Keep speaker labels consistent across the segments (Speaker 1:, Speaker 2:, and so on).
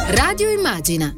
Speaker 1: Radio Immagina.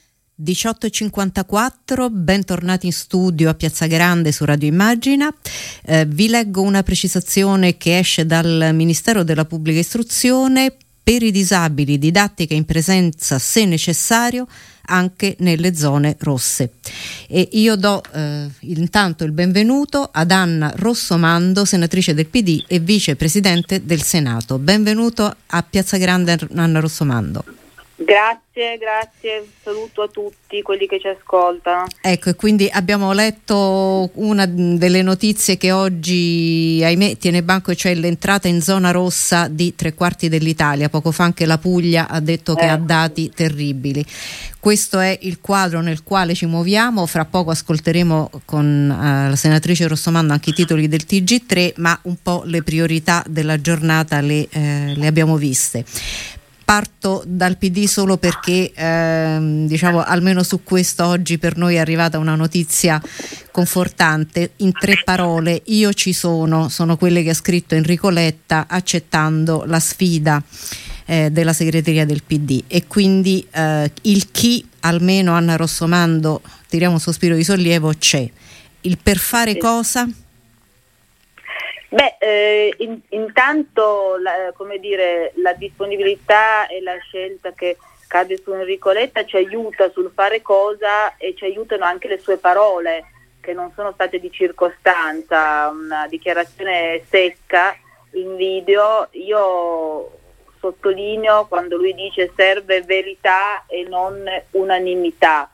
Speaker 2: 18.54, bentornati in studio a Piazza Grande su Radio Immagina. Vi leggo una precisazione che esce dal Ministero della Pubblica Istruzione: per i disabili didattica in presenza se necessario anche nelle zone rosse. E io do intanto il benvenuto ad Anna Rossomando, senatrice del PD e vicepresidente del Senato. Benvenuto a Piazza Grande, Anna Rossomando.
Speaker 3: Grazie, saluto a tutti quelli che ci ascoltano.
Speaker 2: Ecco, e quindi abbiamo letto una delle notizie che oggi, ahimè, tiene banco, e cioè l'entrata in zona rossa di 3/4 dell'Italia. Poco fa anche la Puglia ha detto che ha dati terribili. Questo è il quadro nel quale ci muoviamo. Fra poco ascolteremo con la senatrice Rossomando anche i titoli del TG3, ma un po' le priorità della giornata le abbiamo viste. Parto dal PD solo perché almeno su questo oggi per noi è arrivata una notizia confortante. In 3 parole: io ci sono quelle che ha scritto Enrico Letta accettando la sfida della segreteria del PD, e quindi il chi, almeno Anna Rossomando, tiriamo un sospiro di sollievo, c'è. Il per fare cosa?
Speaker 3: Intanto la disponibilità e la scelta che cade su Enrico Letta ci aiuta sul fare cosa, e ci aiutano anche le sue parole, che non sono state di circostanza, una dichiarazione secca in video. Io sottolineo quando lui dice serve verità e non unanimità.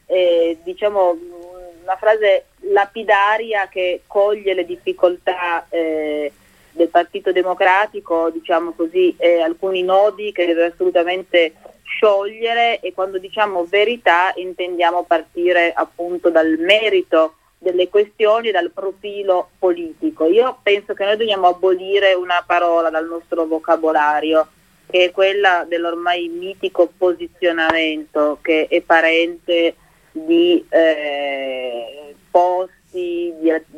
Speaker 3: Una frase lapidaria che coglie le difficoltà del Partito Democratico, alcuni nodi che deve assolutamente sciogliere, e quando diciamo verità intendiamo partire appunto dal merito delle questioni, dal profilo politico. Io penso che noi dobbiamo abolire una parola dal nostro vocabolario, che è quella dell'ormai mitico posizionamento, che è parente di posti,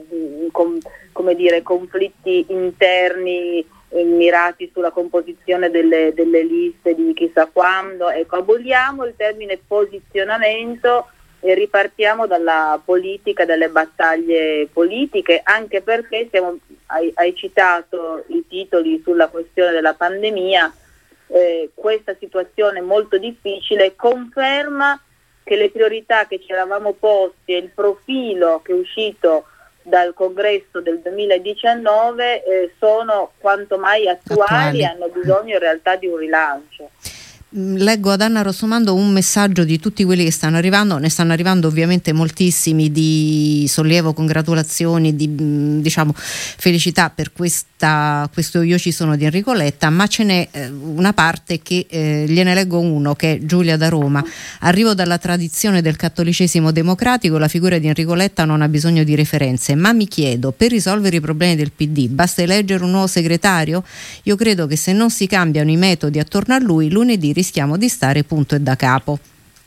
Speaker 3: conflitti interni mirati sulla composizione delle liste di chissà quando. Ecco, aboliamo il termine posizionamento e ripartiamo dalla politica, dalle battaglie politiche, anche perché hai citato i titoli sulla questione della pandemia. Questa situazione molto difficile conferma che le priorità che ci eravamo posti e il profilo che è uscito dal congresso del 2019 sono quanto mai attuali e hanno bisogno in realtà di un rilancio.
Speaker 2: Leggo ad Anna Rossomando un messaggio di tutti quelli che stanno arrivando. Ne stanno arrivando ovviamente moltissimi, di sollievo, congratulazioni, di felicità per questo io ci sono di Enrico Letta, ma ce n'è una parte che gliene leggo uno, che è Giulia da Roma. Arrivo dalla tradizione del cattolicesimo democratico, la figura di Enrico Letta non ha bisogno di referenze, ma mi chiedo, per risolvere i problemi del PD basta eleggere un nuovo segretario? Io credo che se non si cambiano i metodi attorno a lui, lunedì rischiamo di stare punto e da capo.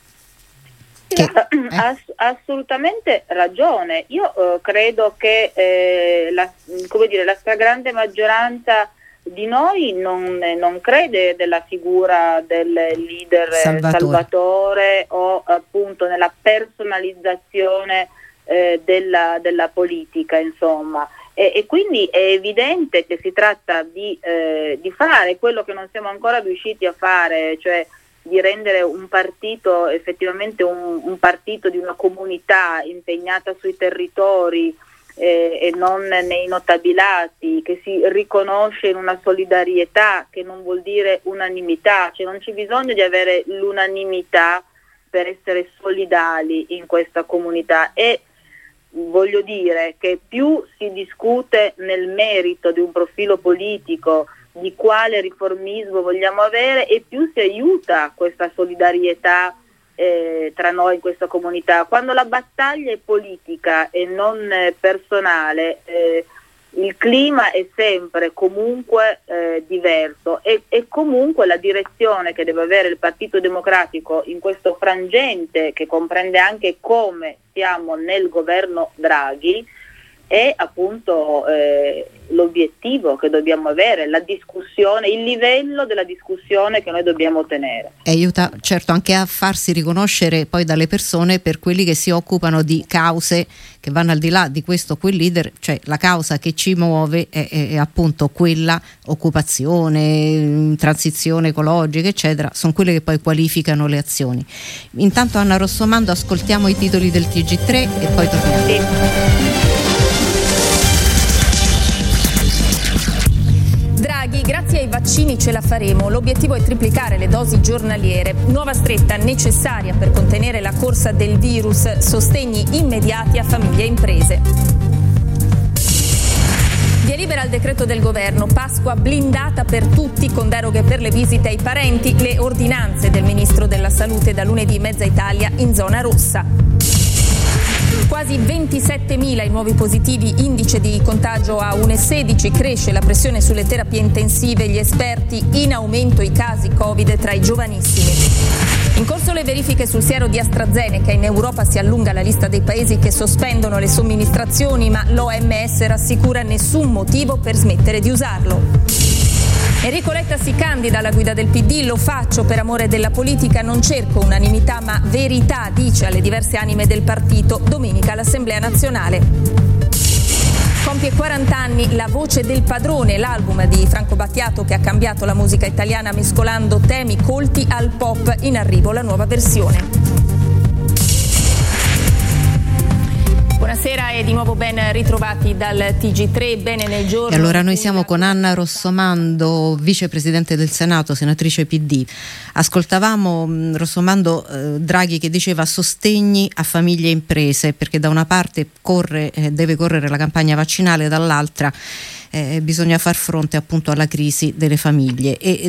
Speaker 3: Ha assolutamente ragione. Io credo che la stragrande maggioranza di noi non crede della figura del leader salvatore o appunto nella personalizzazione della politica, insomma. E quindi è evidente che si tratta di fare quello che non siamo ancora riusciti a fare, cioè di rendere un partito effettivamente un partito di una comunità impegnata sui territori e non nei notabilati, che si riconosce in una solidarietà che non vuol dire unanimità, cioè non c'è bisogno di avere l'unanimità per essere solidali in questa comunità. E voglio dire che più si discute nel merito di un profilo politico, di quale riformismo vogliamo avere, e più si aiuta questa solidarietà tra noi in questa comunità. Quando la battaglia è politica e non personale, il clima è sempre comunque diverso, e comunque la direzione che deve avere il Partito Democratico in questo frangente, che comprende anche come siamo nel governo Draghi, è appunto l'obiettivo che dobbiamo avere, la discussione, il livello della discussione che noi dobbiamo tenere.
Speaker 2: E aiuta certo anche a farsi riconoscere poi dalle persone per quelli che si occupano di cause che vanno al di là di questo o quel leader, cioè la causa che ci muove è appunto quella occupazione, transizione ecologica eccetera, sono quelle che poi qualificano le azioni. Intanto Anna Rossomando, ascoltiamo i titoli del TG3 e poi torniamo.
Speaker 3: Sì.
Speaker 1: Draghi, grazie ai vaccini ce la faremo. L'obiettivo è triplicare le dosi giornaliere. Nuova stretta necessaria per contenere la corsa del virus. Sostegni immediati a famiglie e imprese. Via libera al decreto del governo. Pasqua blindata per tutti con deroghe per le visite ai parenti. Le ordinanze del ministro della Salute da lunedì mezza Italia in zona rossa. Quasi 27.000 i nuovi positivi, indice di contagio a 1,16, cresce la pressione sulle terapie intensive, gli esperti in aumento i casi Covid tra i giovanissimi. In corso le verifiche sul siero di AstraZeneca, in Europa si allunga la lista dei paesi che sospendono le somministrazioni, ma l'OMS rassicura nessun motivo per smettere di usarlo. Enrico Letta si candida alla guida del PD, lo faccio per amore della politica, non cerco unanimità ma verità, dice alle diverse anime del partito, domenica all'Assemblea Nazionale. Compie 40 anni La voce del padrone, l'album di Franco Battiato che ha cambiato la musica italiana mescolando temi colti al pop, in arrivo la nuova versione. Buonasera e di nuovo ben ritrovati dal TG3, bene nel giorno.
Speaker 2: E allora noi siamo con Anna Rossomando, vicepresidente del Senato, senatrice PD. Ascoltavamo Rossomando, Draghi che diceva sostegni a famiglie e imprese, perché da una parte deve correre la campagna vaccinale, dall'altra bisogna far fronte appunto alla crisi delle famiglie e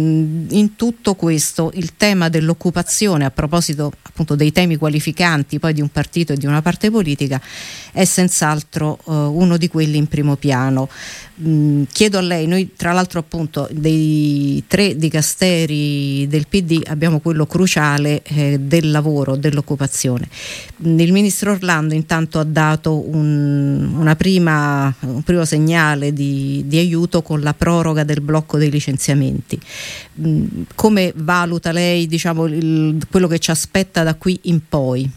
Speaker 2: in tutto questo il tema dell'occupazione, a proposito appunto dei temi qualificanti poi di un partito e di una parte politica, è senz'altro uno di quelli in primo piano. Chiedo a lei, noi tra l'altro appunto dei 3 dicasteri del PD abbiamo quello cruciale del lavoro, dell'occupazione. Il ministro Orlando intanto ha dato un primo segnale di aiuto con la proroga del blocco dei licenziamenti. Come valuta lei, diciamo, quello che ci aspetta da qui in poi?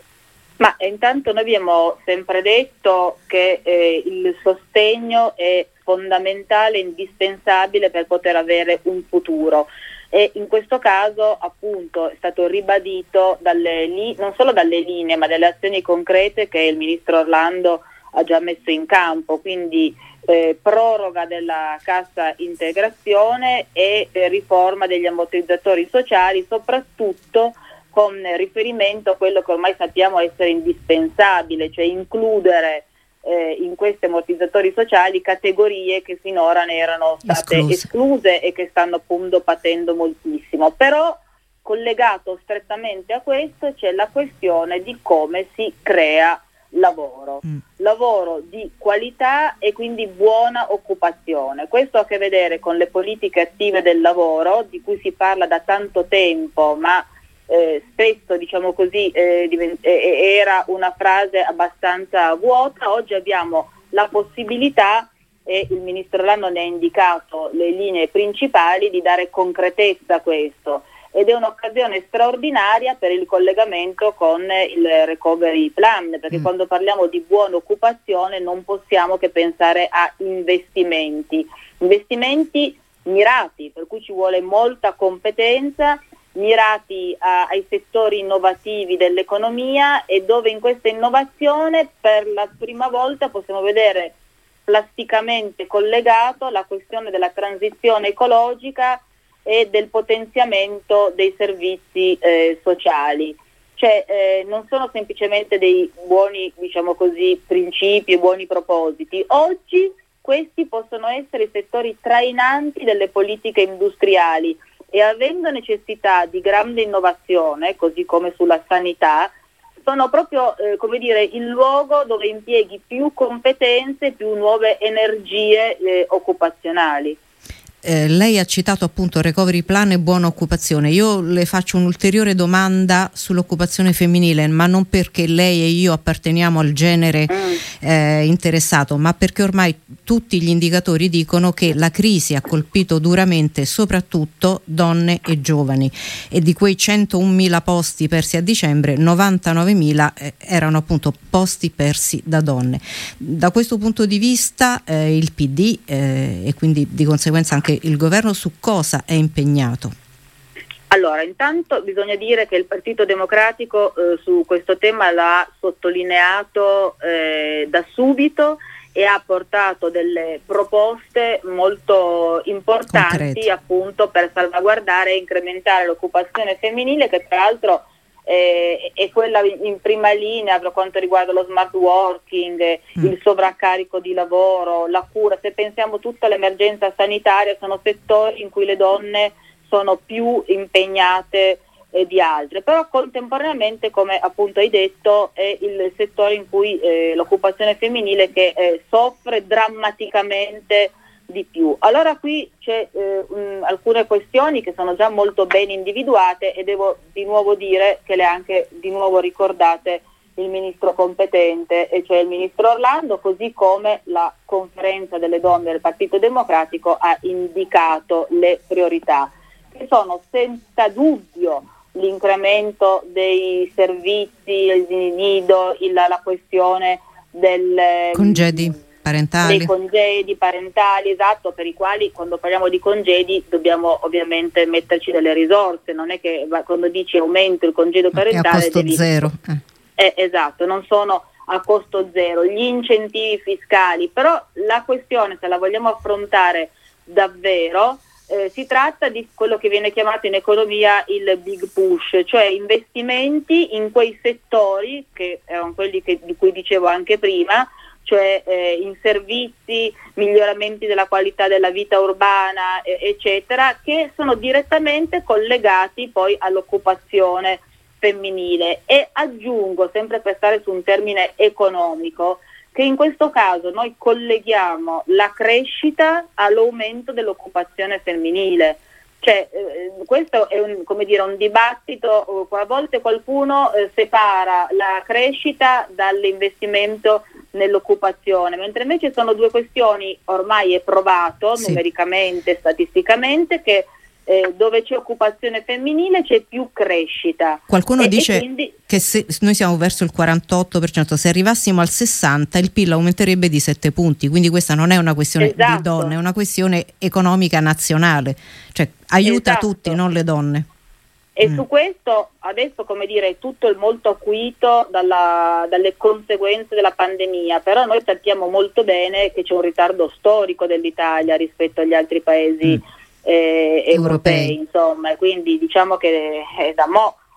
Speaker 3: Ma intanto noi abbiamo sempre detto che il sostegno è fondamentale, indispensabile per poter avere un futuro e in questo caso appunto è stato ribadito non solo dalle linee ma dalle azioni concrete che il ministro Orlando ha già messo in campo, quindi proroga della cassa integrazione e riforma degli ammortizzatori sociali, soprattutto con riferimento a quello che ormai sappiamo essere indispensabile, cioè includere in questi ammortizzatori sociali categorie che finora ne erano state escluse e che stanno appunto patendo moltissimo. Però collegato strettamente a questo c'è la questione di come si crea lavoro di qualità e quindi buona occupazione. Questo ha a che vedere con le politiche attive del lavoro di cui si parla da tanto tempo, ma spesso diciamo così era una frase abbastanza vuota. Oggi abbiamo la possibilità, e il ministro Orlando ne ha indicato le linee principali, di dare concretezza a questo ed è un'occasione straordinaria per il collegamento con il recovery plan, perché quando parliamo di buona occupazione non possiamo che pensare a investimenti mirati, per cui ci vuole molta competenza, mirati ai settori innovativi dell'economia e dove in questa innovazione per la prima volta possiamo vedere plasticamente collegato la questione della transizione ecologica e del potenziamento dei servizi sociali. Cioè non sono semplicemente dei buoni, diciamo così, principi e buoni propositi. Oggi questi possono essere i settori trainanti delle politiche industriali e avendo necessità di grande innovazione, così come sulla sanità, sono proprio il luogo dove impieghi più competenze, più nuove energie occupazionali.
Speaker 2: lei ha citato appunto recovery plan e buona occupazione. Io le faccio un'ulteriore domanda sull'occupazione femminile, ma non perché lei e io apparteniamo al genere interessato, ma perché ormai tutti gli indicatori dicono che la crisi ha colpito duramente soprattutto donne e giovani, e di quei 101.000 posti persi a dicembre, 99.000 erano appunto posti persi da donne. Da questo punto di vista il PD e quindi di conseguenza anche il governo su cosa è impegnato?
Speaker 3: Allora, intanto bisogna dire che il Partito Democratico su questo tema l'ha sottolineato da subito e ha portato delle proposte molto importanti concrete, appunto per salvaguardare e incrementare l'occupazione femminile, che tra l'altro è quella in prima linea per quanto riguarda lo smart working, il sovraccarico di lavoro, la cura. Se pensiamo tutta all'emergenza sanitaria, sono settori in cui le donne sono più impegnate di altre, però contemporaneamente, come appunto hai detto, è il settore in cui l'occupazione femminile che soffre drammaticamente di più. Allora qui c'è alcune questioni che sono già molto ben individuate e devo di nuovo dire che le ha anche di nuovo ricordate il ministro competente, e cioè il ministro Orlando, così come la conferenza delle donne del Partito Democratico ha indicato le priorità, che sono senza dubbio l'incremento dei servizi, il nido, la questione del
Speaker 2: congedi parentali.
Speaker 3: Dei congedi parentali, esatto, per i quali quando parliamo di congedi dobbiamo ovviamente metterci delle risorse, non è che quando dici aumento il congedo parentale
Speaker 2: è a costo zero.
Speaker 3: Esatto, non sono a costo zero, gli incentivi fiscali, però la questione, se la vogliamo affrontare davvero, si tratta di quello che viene chiamato in economia il big push, cioè investimenti in quei settori che erano quelli di cui dicevo anche prima, cioè in servizi, miglioramenti della qualità della vita urbana, eccetera, che sono direttamente collegati poi all'occupazione femminile. E aggiungo, sempre per stare su un termine economico, che in questo caso noi colleghiamo la crescita all'aumento dell'occupazione femminile. Cioè, questo è un dibattito, a volte qualcuno separa la crescita dall'investimento nell'occupazione, mentre invece sono due questioni, ormai è provato numericamente, statisticamente, che dove c'è occupazione femminile c'è più crescita.
Speaker 2: Qualcuno dice quindi, che se noi siamo verso il 48%, se arrivassimo al 60% il PIL aumenterebbe di 7 punti, quindi questa non è una questione di donne, è una questione economica nazionale, cioè aiuta tutti, non le donne.
Speaker 3: E su questo adesso, è tutto molto acuito dalle conseguenze della pandemia, però noi sappiamo molto bene che c'è un ritardo storico dell'Italia rispetto agli altri paesi europei, insomma, e quindi diciamo che è da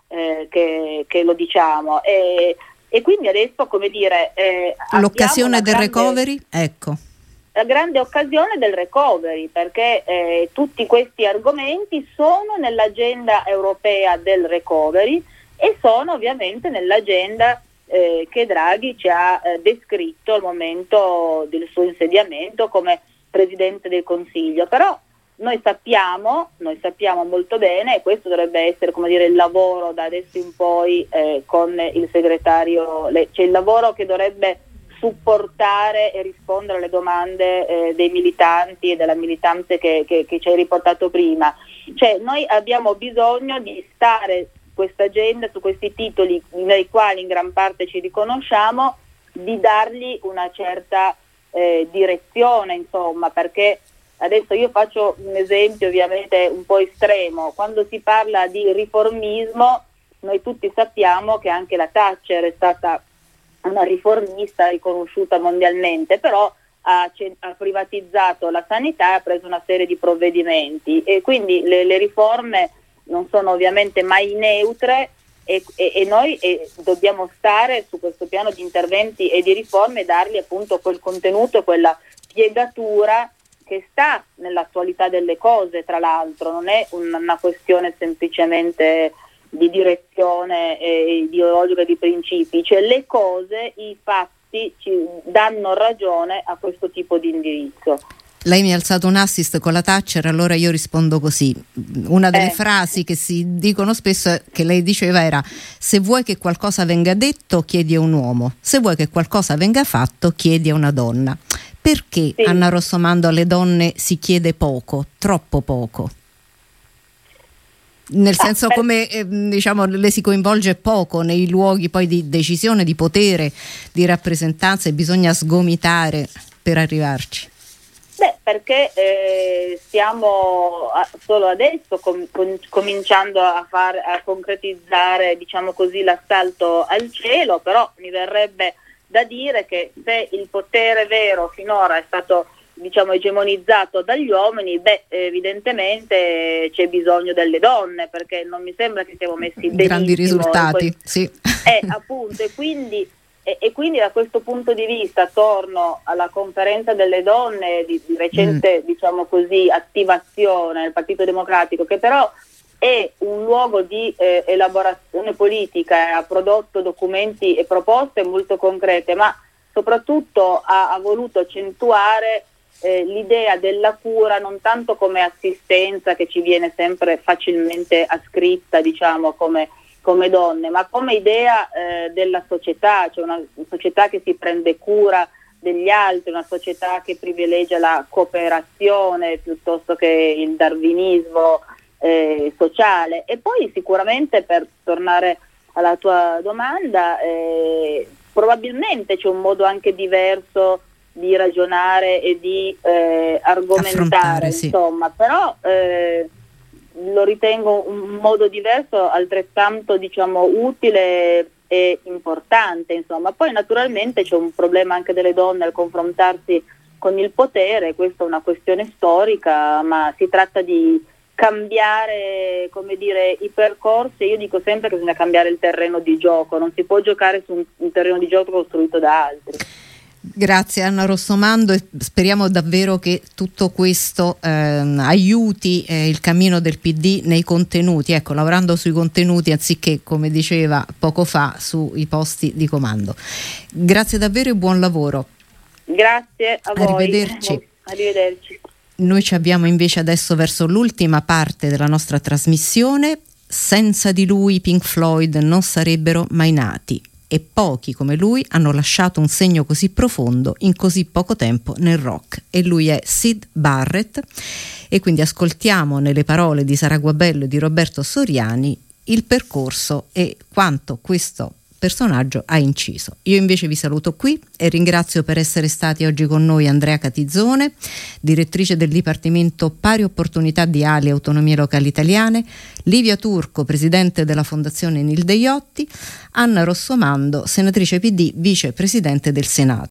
Speaker 3: che lo diciamo, e quindi adesso
Speaker 2: l'occasione del recovery, ecco.
Speaker 3: La grande occasione del recovery, perché tutti questi argomenti sono nell'agenda europea del recovery e sono ovviamente nell'agenda che Draghi ci ha descritto al momento del suo insediamento come Presidente del Consiglio. Però noi sappiamo molto bene, e questo dovrebbe essere il lavoro da adesso in poi con il segretario, cioè il lavoro che dovrebbe supportare e rispondere alle domande dei militanti e della militante che ci hai riportato prima. Cioè noi abbiamo bisogno di stare su questa agenda, su questi titoli nei quali in gran parte ci riconosciamo, di dargli una certa direzione, insomma, perché adesso io faccio un esempio ovviamente un po' estremo. Quando si parla di riformismo, noi tutti sappiamo che anche la Thatcher è stata una riformista riconosciuta mondialmente, però ha privatizzato la sanità e ha preso una serie di provvedimenti, e quindi le riforme non sono ovviamente mai neutre, e noi dobbiamo stare su questo piano di interventi e di riforme e dargli appunto quel contenuto e quella spiegatura che sta nell'attualità delle cose. Tra l'altro non è una questione semplicemente di direzione ideologica, di principi, cioè le cose, i fatti ci danno ragione a questo tipo di indirizzo.
Speaker 2: Lei mi ha alzato un assist con la Thatcher, allora io rispondo così. Una delle frasi che si dicono spesso, che lei diceva, era: se vuoi che qualcosa venga detto, chiedi a un uomo, se vuoi che qualcosa venga fatto, chiedi a una donna. Perché, sì, Anna Rossomando, alle donne si chiede poco, troppo poco? Nel senso, come diciamo, le si coinvolge poco nei luoghi poi di decisione, di potere, di rappresentanza, e bisogna sgomitare per arrivarci.
Speaker 3: Perché stiamo solo adesso cominciando a concretizzare, diciamo così, l'assalto al cielo, però mi verrebbe da dire che se il potere vero finora è stato, diciamo, egemonizzato dagli uomini, evidentemente c'è bisogno delle donne, perché non mi sembra che siamo messi benissimo.
Speaker 2: Grandi risultati, sì.
Speaker 3: Appunto, e quindi da questo punto di vista torno alla conferenza delle donne di recente, diciamo così, attivazione del Partito Democratico, che però è un luogo di elaborazione politica e ha prodotto documenti e proposte molto concrete, ma soprattutto ha voluto accentuare l'idea della cura non tanto come assistenza, che ci viene sempre facilmente ascritta, diciamo, come donne, ma come idea della società, cioè una società che si prende cura degli altri, una società che privilegia la cooperazione piuttosto che il darwinismo sociale. E poi sicuramente, per tornare alla tua domanda, probabilmente c'è un modo anche diverso di ragionare e di argomentare, insomma, sì. Però lo ritengo un modo diverso altrettanto, diciamo, utile e importante, insomma. Poi naturalmente c'è un problema anche delle donne al confrontarsi con il potere, questa è una questione storica, ma si tratta di cambiare, come dire, i percorsi. Io dico sempre che bisogna cambiare il terreno di gioco, non si può giocare su un terreno di gioco costruito da altri.
Speaker 2: Grazie Anna Rossomando, e speriamo davvero che tutto questo aiuti il cammino del PD nei contenuti, ecco, lavorando sui contenuti anziché, come diceva poco fa, sui posti di comando. Grazie davvero e buon lavoro.
Speaker 3: Grazie a voi.
Speaker 2: Arrivederci.
Speaker 3: Arrivederci.
Speaker 2: Noi ci abbiamo invece adesso verso l'ultima parte della nostra trasmissione. Senza di lui i Pink Floyd non sarebbero mai nati, e pochi come lui hanno lasciato un segno così profondo in così poco tempo nel rock. E lui è Syd Barrett, e quindi ascoltiamo nelle parole di Sara Guabello e di Roberto Soriani il percorso e quanto questo personaggio ha inciso. Io invece vi saluto qui e ringrazio per essere stati oggi con noi Andrea Catizzone, direttrice del Dipartimento Pari Opportunità di ALI Autonomie Locali Italiane, Livia Turco, presidente della Fondazione Nilde Iotti, Anna Rossomando, senatrice PD, vicepresidente del Senato.